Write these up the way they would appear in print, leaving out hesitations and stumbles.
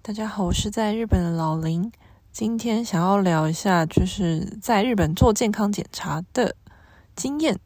大家好，我是在日本的老林。今天想要聊一下，就是在日本做健康检查的经验。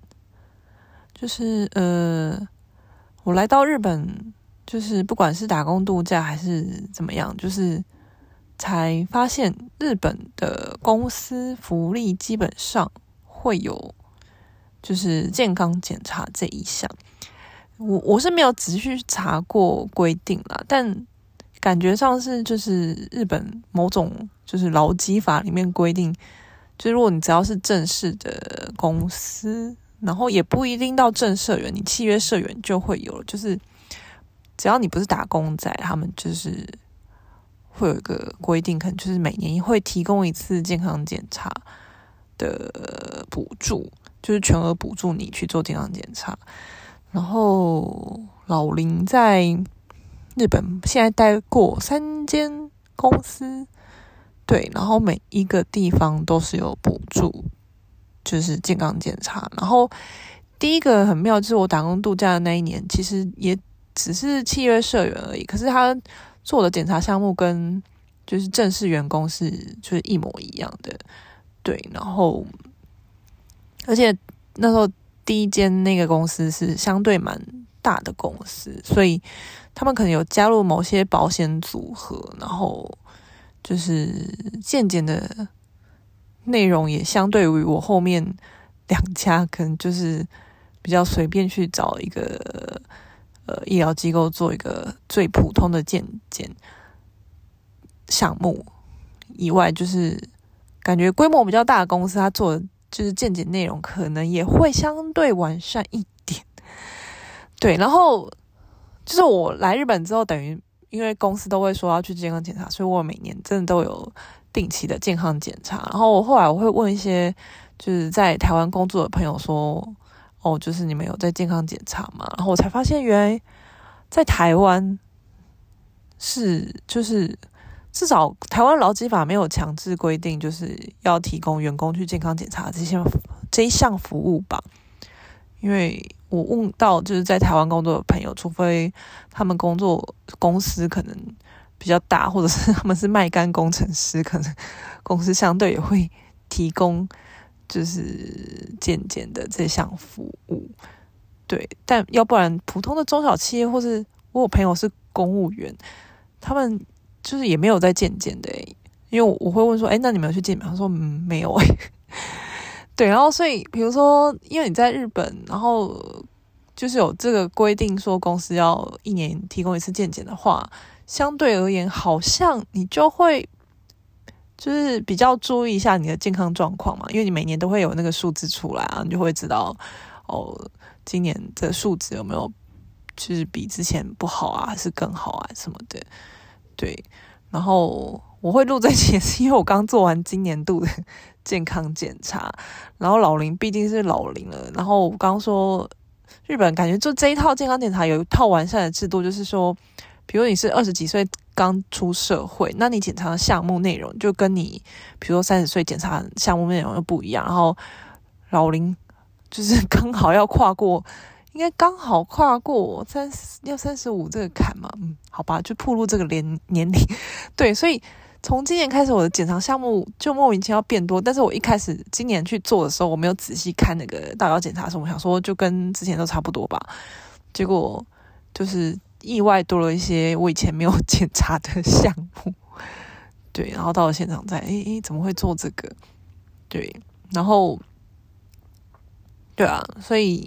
我来到日本，就是不管是打工度假还是怎么样，就是才发现日本的公司福利基本上会有就是健康检查这一项。我是没有仔细去查过规定啦，但感觉上是就是日本某种就是劳基法里面规定，就是如果你只要是正式的公司，然后也不一定到正社员，你契约社员就会有了，就是只要你不是打工仔，他们就是会有一个规定，可能就是每年会提供一次健康检查的补助，就是全额补助你去做健康检查。然后老林在日本现在待过3间公司，对，然后每一个地方都是有补助，就是健康检查。然后第一个很妙，就是我打工度假的那一年，其实也只是契约社员而已，可是他做的检查项目跟就是正式员工是就是一模一样的，对。然后而且那时候第一间那个公司是相对蛮大的公司，所以他们可能有加入某些保险组合，然后就是健检的内容也相对于我后面2家可能就是比较随便去找一个医疗机构做一个最普通的健检项目以外，就是感觉规模比较大的公司，他做的就是健检内容可能也会相对完善一点。对，然后就是我来日本之后，等于因为公司都会说要去健康检查，所以我每年真的都有定期的健康检查。然后后来我会问一些就是在台湾工作的朋友说，就是你们有在健康检查吗？然后我才发现原来在台湾是就是至少台湾劳基法没有强制规定就是要提供员工去健康检查这一项服务吧。因为我问到就是在台湾工作的朋友，除非他们工作公司可能比较大，或者是他们是卖干工程师，可能公司相对也会提供就是健检的这项服务。对，但要不然普通的中小企业，或是我有朋友是公务员，他们就是也没有在健检的因为我会问说那你们有去健检吗？他说没有对，然后所以比如说因为你在日本，然后就是有这个规定说公司要1年提供一次健检的话，相对而言好像你就会就是比较注意一下你的健康状况嘛，因为你每年都会有那个数字出来啊，你就会知道今年的数值有没有就是比之前不好啊，还是更好啊什么的。对，然后我会录这期也是因为我刚做完今年度的健康检查，然后老林毕竟是老龄了，然后我刚说日本感觉就这一套健康检查有一套完善的制度，就是说比如你是20几岁刚出社会，那你检查的项目内容就跟你比如说30岁检查的项目内容又不一样，然后老龄就是刚好要跨过，应该刚好跨过要35这个坎嘛，好吧，就暴露这个年龄。对，所以从今年开始我的检查项目就莫名其妙变多，但是我一开始今年去做的时候，我没有仔细看那个大小检查的时候，我想说就跟之前都差不多吧，结果就是意外多了一些我以前没有检查的项目。对，然后到了现场再怎么会做这个？对，然后对啊，所以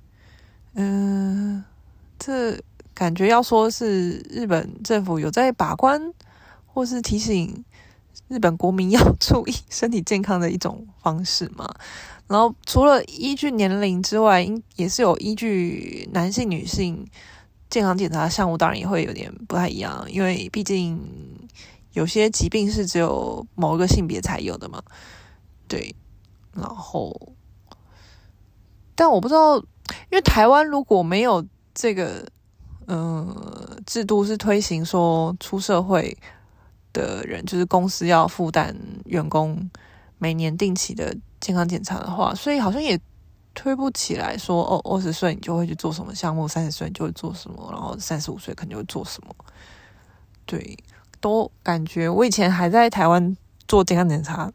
这感觉要说是日本政府有在把关，或是提醒日本国民要注意身体健康的一种方式嘛。然后除了依据年龄之外，也是有依据男性女性健康检查的项目，当然也会有点不太一样，因为毕竟有些疾病是只有某一个性别才有的嘛。对，然后但我不知道，因为台湾如果没有这个制度是推行说出社会的人就是公司要负担员工每年定期的健康检查的话，所以好像也推不起来说20岁你就会去做什么项目，30岁你就会做什么，然后35岁可能就会做什么。对， 都感觉我以前还在台湾做健康检查，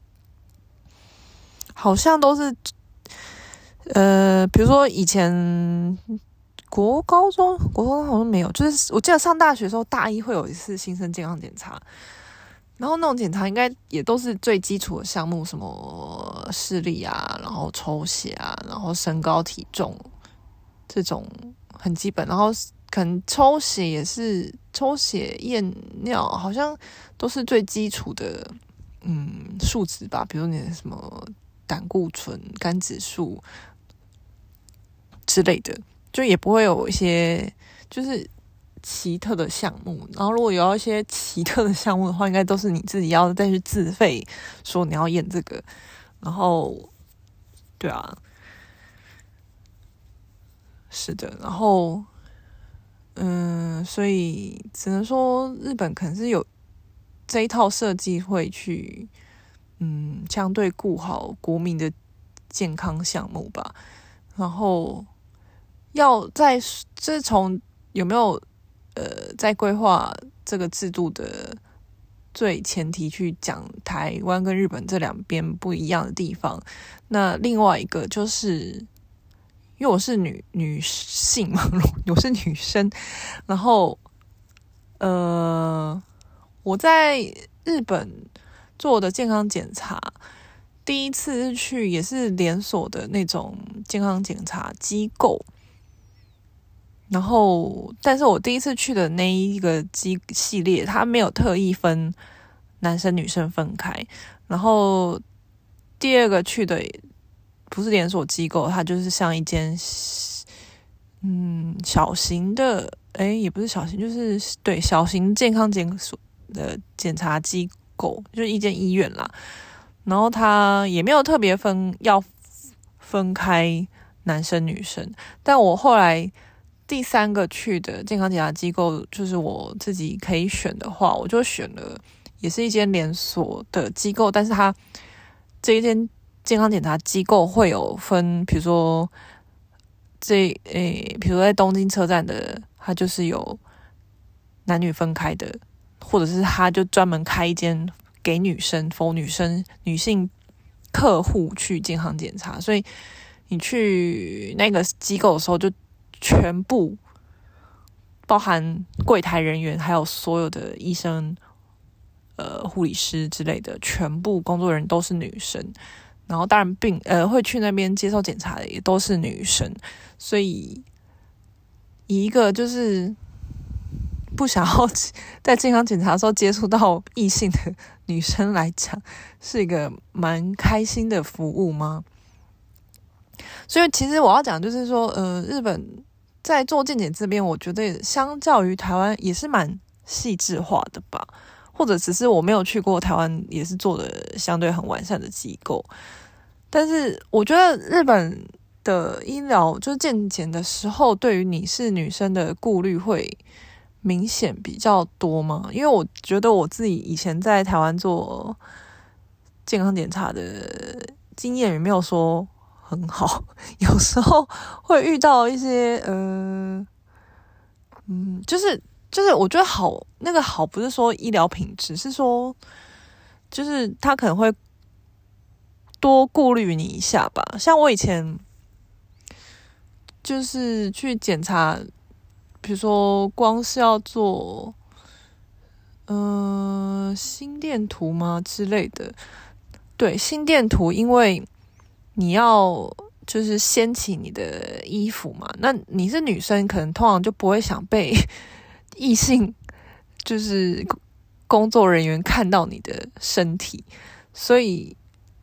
好像都是比如说以前高中好像没有，就是我记得上大学的时候，大一会有一次新生健康检查，然后那种检查应该也都是最基础的项目，什么视力啊，然后抽血啊，然后身高体重这种很基本，然后可能抽血也是抽血验尿，好像都是最基础的数值吧，比如你的什么胆固醇、肝指数之类的，就也不会有一些就是奇特的项目。然后如果有一些奇特的项目的话，应该都是你自己要再去自费说你要验这个。然后对啊，是的，然后所以只能说日本可能是有这一套设计会去相对顾好国民的健康项目吧。然后要在这从有没有在规划这个制度的最前提去讲台湾跟日本这两边不一样的地方。那另外一个就是因为我是女性嘛，我是女生，然后我在日本做的健康检查，第一次去也是连锁的那种健康检查机构，然后但是我第一次去的那一个系列，它没有特意分男生女生分开，然后第二个去的不是连锁机构，它就是像一间小型的也不是小型，就是对小型健康检所的检查机构，就是一间医院啦。然后它也没有特别要分开男生女生，但我后来第三个去的健康检查机构，就是我自己可以选的话，我就选了也是一间连锁的机构，但是它这一间健康检查机构会有分，比如说比如说在东京车站的，它就是有男女分开的，或者是它就专门开一间给女生女性客户去健康检查，所以你去那个机构的时候，就全部包含柜台人员，还有所有的医生、护理师之类的，全部工作人员都是女生。然后当然会去那边接受检查的也都是女生，所以以一个就是不想要在健康检查的时候接触到异性的女生来讲，是一个蛮开心的服务吗？所以其实我要讲就是说，日本在做健检这边，我觉得相较于台湾也是蛮细致化的吧，或者只是我没有去过台湾，也是做的相对很完善的机构。但是我觉得日本的医疗就是健检的时候，对于你是女生的顾虑会明显比较多嘛，因为我觉得我自己以前在台湾做健康检查的经验也没有说很好，有时候会遇到一些就是我觉得好，那个好不是说医疗品质，是说就是他可能会多顾虑你一下吧。像我以前就是去检查，比如说光是要做心电图吗之类的。对，心电图因为你要就是掀起你的衣服嘛，那你是女生，可能通常就不会想被异性就是工作人员看到你的身体，所以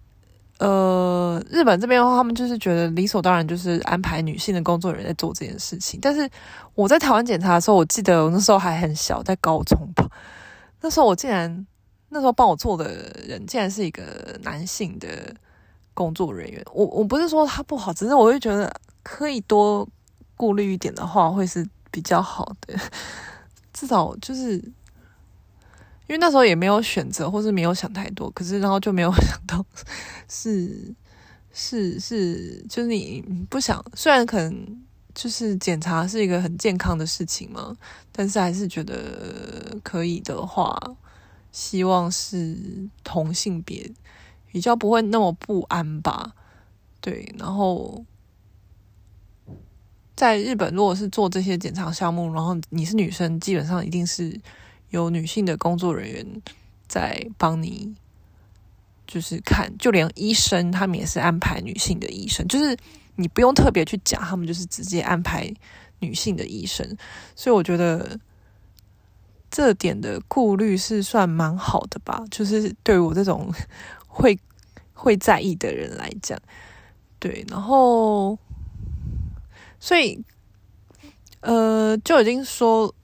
日本这边的话，他们就是觉得理所当然就是安排女性的工作人员在做这件事情。但是我在台湾检查的时候，我记得我那时候还很小，在高中吧，那时候帮我做的人竟然是一个男性的工作人员。我不是说他不好，只是我会觉得可以多顾虑一点的话，会是比较好的。至少就是因为那时候也没有选择，或是没有想太多，可是然后就没有想到是，就是你不想，虽然可能就是检查是一个很健康的事情嘛，但是还是觉得可以的话，希望是同性别比较不会那么不安吧。对，然后在日本如果是做这些检查项目，然后你是女生，基本上一定是有女性的工作人员在帮你就是看，就连医生他们也是安排女性的医生，就是你不用特别去讲，他们就是直接安排女性的医生，所以我觉得这点的顾虑是算蛮好的吧，就是对于我这种会在意的人来讲。对，然后所以就已经说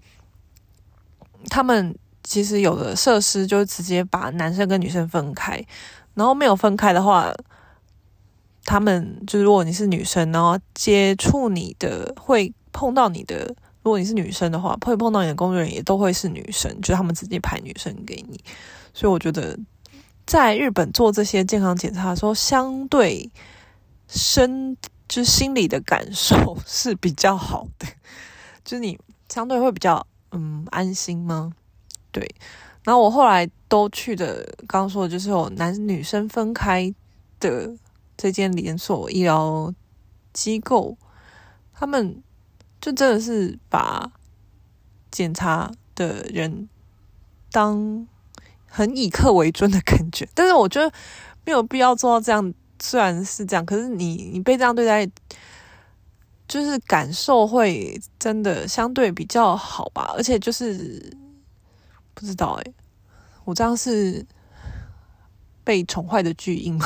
他们其实有的设施就直接把男生跟女生分开，然后没有分开的话，他们就是如果你是女生，然后接触你的会碰到你的，如果你是女生的话，会碰到你的工作人员也都会是女生，就是他们直接派女生给你。所以我觉得在日本做这些健康检查的时候，相对就是心理的感受是比较好的，就是你相对会比较安心吗？对，然后我后来都去的，刚刚说的就是有男女生分开的这间连锁医疗机构，他们就真的是把检查的人当很以客为尊的感觉，但是我觉得没有必要做到这样，虽然是这样，可是你被这样对待，就是感受会真的相对比较好吧，而且就是不知道我这样是被宠坏的巨婴吗？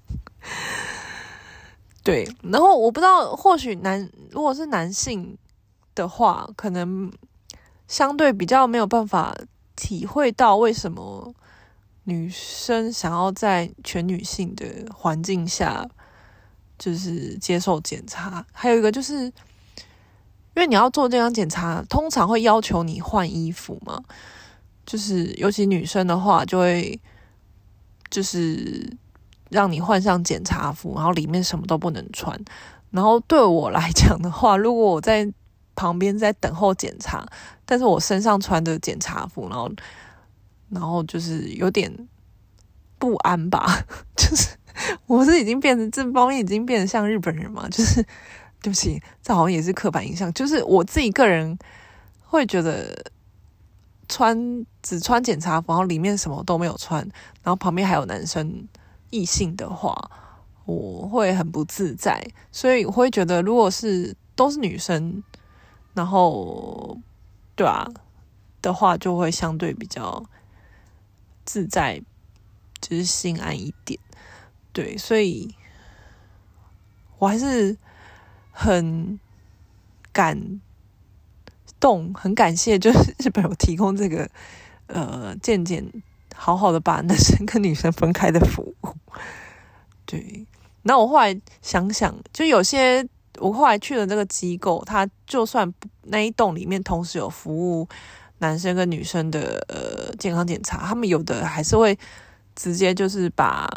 对，然后我不知道，或许如果是男性的话，可能相对比较没有办法体会到为什么女生想要在全女性的环境下就是接受检查。还有一个就是因为你要做健康检查，通常会要求你换衣服嘛，就是尤其女生的话就会就是让你换上检查服，然后里面什么都不能穿。然后对我来讲的话，如果我在旁边在等候检查，但是我身上穿的检查服，然后就是有点不安吧，就是我是已经变成这方面已经变得像日本人嘛，就是对不起，这好像也是刻板印象，就是我自己个人会觉得只穿检查服，然后里面什么都没有穿，然后旁边还有男生异性的话，我会很不自在，所以我会觉得如果都是女生，然后对啊的话，就会相对比较自在，就是心安一点。对，所以我还是很感动，很感谢，就是日本有提供这个健检，好好的把男生跟女生分开的服务。对，那我后来想想，就有些我后来去的这个机构，它就算那一栋里面同时有服务男生跟女生的健康检查，他们有的还是会直接就是把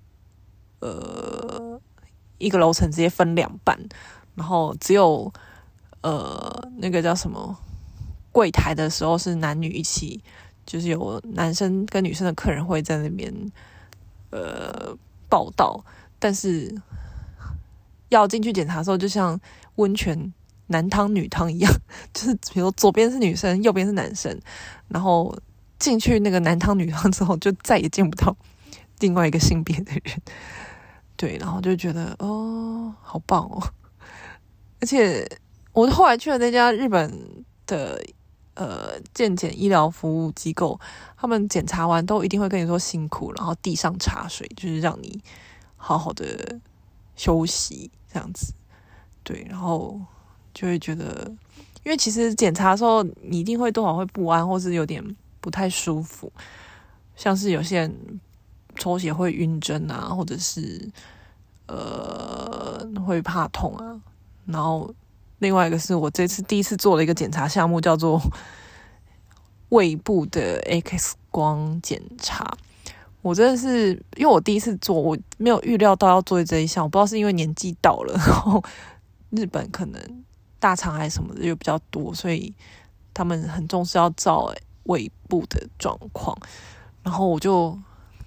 一个楼层直接分两半，然后只有那个叫什么柜台的时候是男女一起，就是有男生跟女生的客人会在那边报到，但是要进去检查的时候，就像温泉男汤女汤一样，就是比如说左边是女生，右边是男生，然后进去那个男汤女汤之后，就再也见不到另外一个性别的人。对，然后就觉得好棒哦！而且我后来去了那家日本的健检医疗服务机构，他们检查完都一定会跟你说辛苦，然后递上茶水，就是让你好好的休息这样子。对，然后就会觉得，因为其实检查的时候你一定会多少会不安，或是有点不太舒服，像是有些人抽血会晕针啊，或者是会怕痛啊。然后另外一个是我这次第一次做了一个检查项目，叫做胃部的 X 光检查。我真的是因为我第一次做，我没有预料到要做这一项，我不知道是因为年纪到了，然后日本可能大肠癌什么的又比较多，所以他们很重视要照胃部的状况。然后我就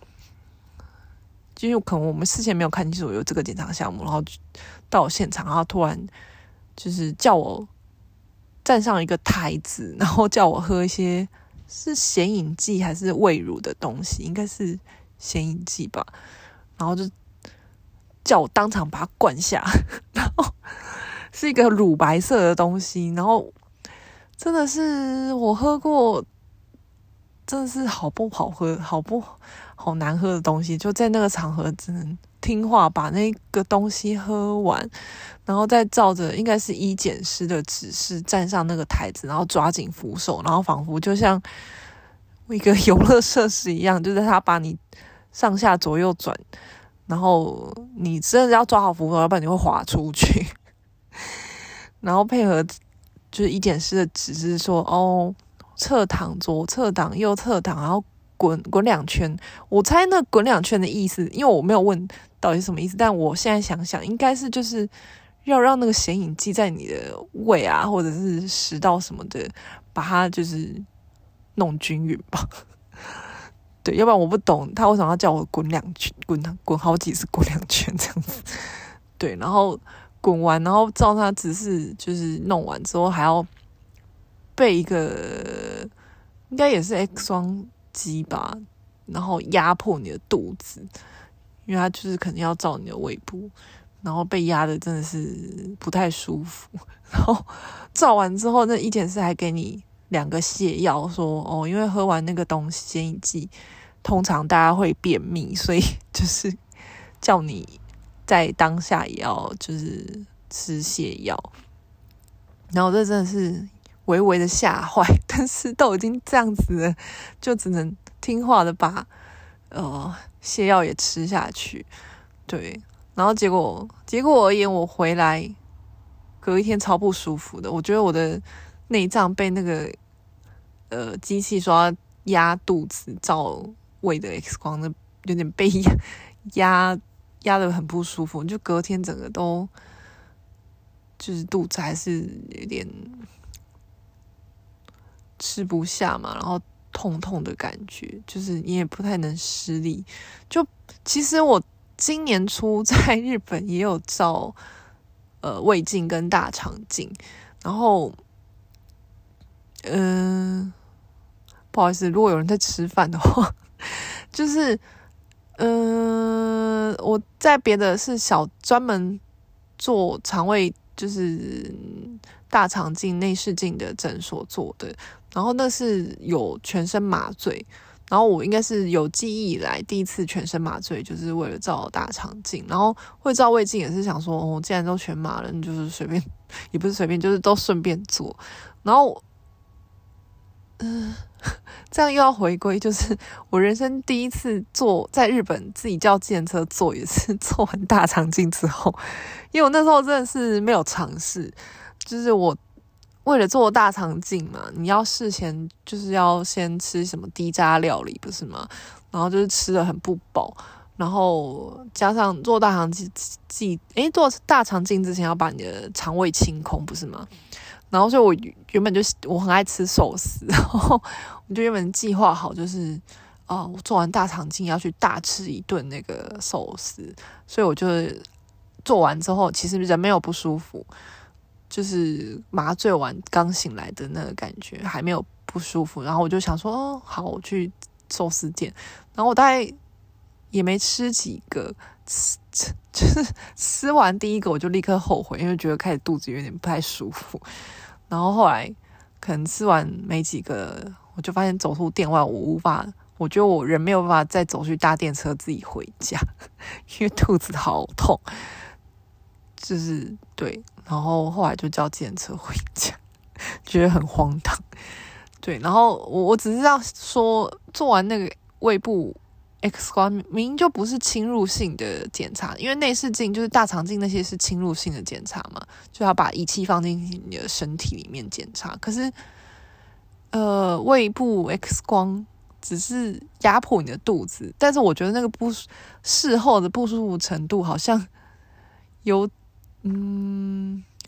因为可能我们事先没有看清楚有这个检查项目，然后到现场，然后突然就是叫我站上一个台子，然后叫我喝一些是显影剂还是胃乳的东西，应该是显影剂吧，然后就叫我当场把它灌下，然后是一个乳白色的东西，然后真的是我喝过，真的是好不好喝，好难喝的东西，就在那个场合只能听话把那个东西喝完，然后再照着应该是医检师的指示站上那个台子，然后抓紧扶手，然后仿佛就像一个游乐设施一样，就是他把你上下左右转，然后你真的要抓好扶手，要不然你会滑出去。然后配合就是医检师的指示说，侧躺，左侧躺，右侧躺，然后滚2圈。我猜那滚2圈的意思，因为我没有问到底是什么意思，但我现在想想，应该是就是要让那个显影剂在你的胃啊，或者是食道什么的，把它就是弄均匀吧。对，要不然我不懂他为什么要叫我滚2圈，滚好几次，滚2圈这样子。对，然后滚完，然后照他指示就是弄完之后，还要被一个应该也是 X 光机吧，然后压迫你的肚子，因为他就是可能要照你的胃部，然后被压的真的是不太舒服。然后照完之后，那医检师还给你2个泻药，说因为喝完那个东西显影剂，通常大家会便秘，所以就是叫你在当下也要就是吃泻药。然后这真的是微微的吓坏，但是都已经这样子了，就只能听话的把泻药也吃下去。对，然后结果而言，我回来隔一天超不舒服的，我觉得我的内脏被那个机器说要压肚子照胃的 X 光，那有点被压得很不舒服，就隔天整个都就是肚子还是有点吃不下嘛，然后痛痛的感觉，就是你也不太能施力。就其实我今年初在日本也有照胃镜跟大肠镜，然后不好意思，如果有人在吃饭的话，就是我在别的是专门做肠胃就是大肠镜、内视镜的诊所做的，然后那是有全身麻醉，然后我应该是有记忆以来第一次全身麻醉，就是为了照大肠镜，然后会照胃镜也是想说，既然都全麻了，你就是随便，也不是随便，就是都顺便做，然后这样又要回归，就是我人生第一次在日本自己叫计程车坐，也是做完大肠镜之后，因为我那时候真的是没有尝试，就是我为了做大肠镜嘛，你要事前就是要先吃什么低渣料理不是吗？然后就是吃得很不饱，然后加上做大肠做大肠镜之前要把你的肠胃清空不是吗？然后所以我原本我很爱吃寿司，然后我就原本计划好就是我做完大肠镜要去大吃一顿那个寿司，所以我就做完之后其实人没有不舒服，就是麻醉完刚醒来的那个感觉还没有不舒服，然后我就想说好，我去寿司店，然后我大概也没吃几个，就是吃完第一个我就立刻后悔，因为觉得开始肚子有点不太舒服，然后后来可能吃完没几个，我就发现走出店外我觉得我人没有办法再走去搭电车自己回家，因为肚子好痛，就是对，然后后来就叫计程车回家，觉得很荒唐。对，然后我只是要说，做完那个胃部 X 光，明明就不是侵入性的检查，因为内视镜就是大肠镜那些是侵入性的检查嘛，就要把仪器放进你的身体里面检查。可是胃部 X 光只是压迫你的肚子，但是我觉得那个事后的不舒服程度好像有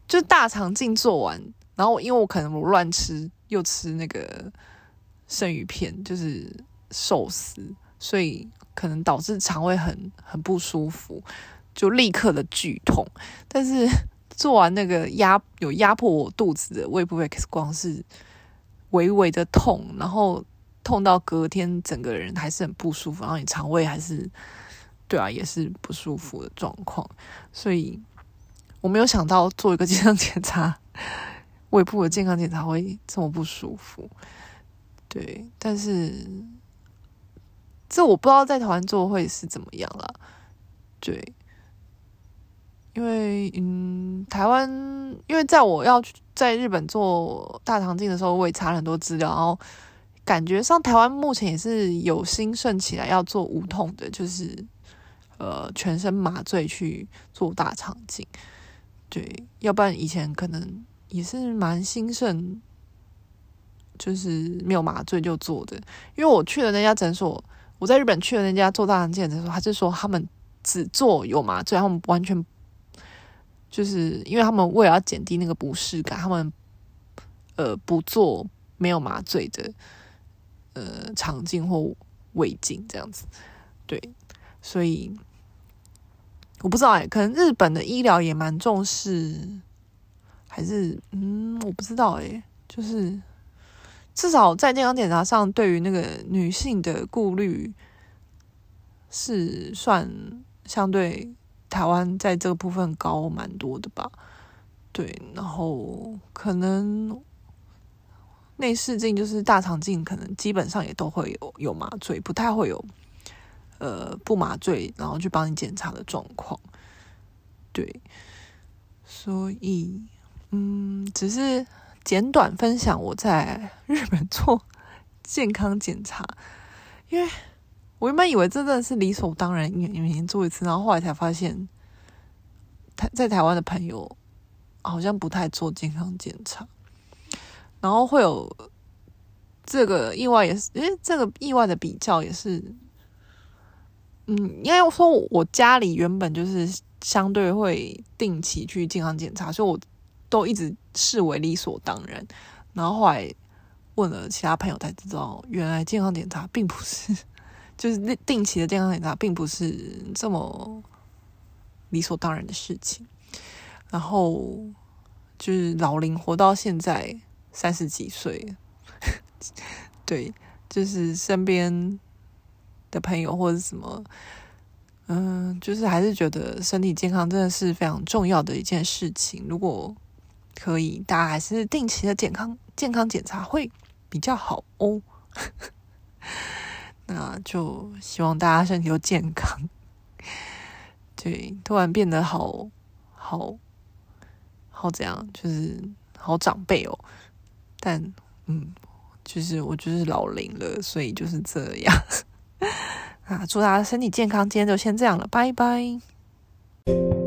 就大肠镜做完，然后因为我可能乱吃，又吃那个生鱼片，就是寿司，所以可能导致肠胃很不舒服，就立刻的剧痛。但是做完那个有压迫我肚子的胃部 X 光是微微的痛，然后痛到隔天整个人还是很不舒服，然后你肠胃还是也是不舒服的状况。所以我没有想到做一个健康检查，胃部的健康检查会这么不舒服。对，但是这我不知道在台湾做会是怎么样啦。对，因为台湾，因为在我要在日本做大肠镜的时候，我也查了很多资料，然后感觉上台湾目前也是有兴盛起来要做无痛的，就是全身麻醉去做大肠镜。对，要不然以前可能也是蛮兴盛，就是没有麻醉就做的。因为我去的那家诊所，我在日本去的那家做大肠镜的诊所，他是说他们只做有麻醉，他们完全就是因为他们为了要减低那个不适感，他们不做没有麻醉的肠镜或胃镜这样子。对，所以我不知道可能日本的医疗也蛮重视，还是我不知道就是至少在健康检查上，对于那个女性的顾虑是算相对台湾在这个部分高蛮多的吧。对，然后可能内视镜就是大肠镜，可能基本上也都会有麻醉，不太会有不麻醉然后去帮你检查的状况。对，所以只是简短分享我在日本做健康检查，因为我原本以为这真的是理所当然，每年做一次，然后后来才发现在台湾的朋友好像不太做健康检查，然后会有这个意外，也是这个意外的比较也是应该说我家里原本就是相对会定期去健康检查，所以我都一直视为理所当然。然后后来问了其他朋友才知道，原来健康检查并不是就是定期的健康检查并不是这么理所当然的事情。然后就是老龄活到现在30几岁对，就是身边的朋友或者什么就是还是觉得身体健康真的是非常重要的一件事情。如果可以，大家还是定期的健康检查会比较好哦。那就希望大家身体都健康。对，突然变得好怎样，就是好长辈哦。但就是我就是老龄了，所以就是这样。祝大家身体健康，今天就先这样了，拜拜。